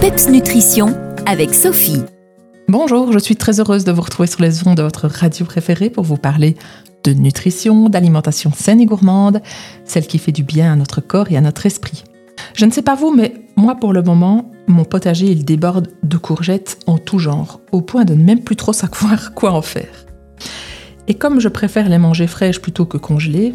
PEPS Nutrition avec Sophie. Bonjour, je suis très heureuse de vous retrouver sur les ondes de votre radio préférée pour vous parler de nutrition, d'alimentation saine et gourmande, celle qui fait du bien à notre corps et à notre esprit. Je ne sais pas vous, mais moi pour le moment, mon potager il déborde de courgettes en tout genre, au point de ne même plus trop savoir quoi en faire. Et comme je préfère les manger fraîches plutôt que congelées,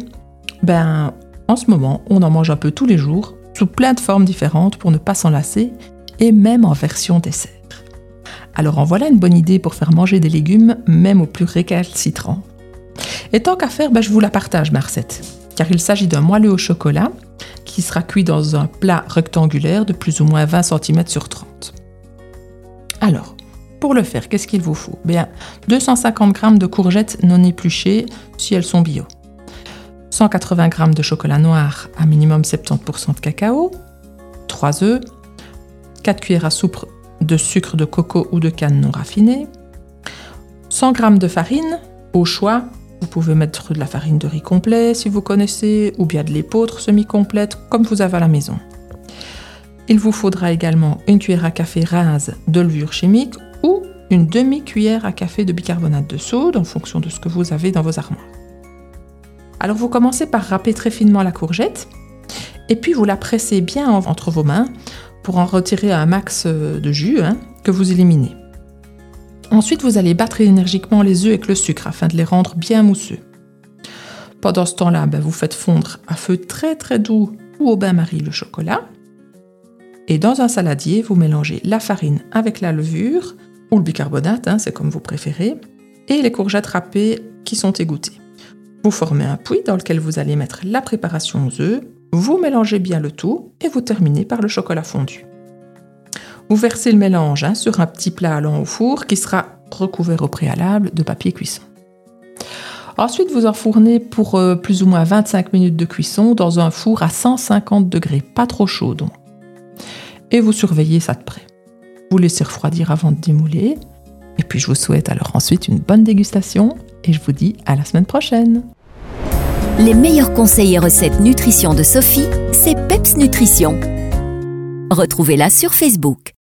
en ce moment, on en mange un peu tous les jours, sous plein de formes différentes pour ne pas s'en lasser, et même en version dessert. Alors en voilà une bonne idée pour faire manger des légumes, même aux plus récalcitrants. Et tant qu'à faire, je vous la partage ma recette, car il s'agit d'un moelleux au chocolat qui sera cuit dans un plat rectangulaire de plus ou moins 20 cm sur 30. Alors, pour le faire, qu'est-ce qu'il vous faut ? 250 g de courgettes non épluchées si elles sont bio. 180 g de chocolat noir à minimum 70% de cacao, 3 œufs, 4 cuillères à soupe de sucre de coco ou de canne non raffiné, 100 g de farine, au choix. Vous pouvez mettre de la farine de riz complet si vous connaissez, ou bien de l'épeautre semi-complète, comme vous avez à la maison. Il vous faudra également une cuillère à café rase de levure chimique ou une demi-cuillère à café de bicarbonate de soude en fonction de ce que vous avez dans vos armoires. Alors vous commencez par râper très finement la courgette et puis vous la pressez bien entre vos mains pour en retirer un max de jus que vous éliminez. Ensuite, vous allez battre énergiquement les œufs avec le sucre afin de les rendre bien mousseux. Pendant ce temps-là, vous faites fondre à feu très très doux ou au bain-marie le chocolat. Et dans un saladier, vous mélangez la farine avec la levure ou le bicarbonate, c'est comme vous préférez, et les courgettes râpées qui sont égouttées. Vous formez un puits dans lequel vous allez mettre la préparation aux œufs, vous mélangez bien le tout et vous terminez par le chocolat fondu. Vous versez le mélange sur un petit plat allant au four qui sera recouvert au préalable de papier cuisson. Ensuite, vous enfournez pour plus ou moins 25 minutes de cuisson dans un four à 150 degrés, pas trop chaud donc. Et vous surveillez ça de près. Vous laissez refroidir avant de démouler. Et puis je vous souhaite alors ensuite une bonne dégustation et je vous dis à la semaine prochaine. Les meilleurs conseils et recettes nutrition de Sophie, c'est PEPS Nutrition. Retrouvez-la sur Facebook.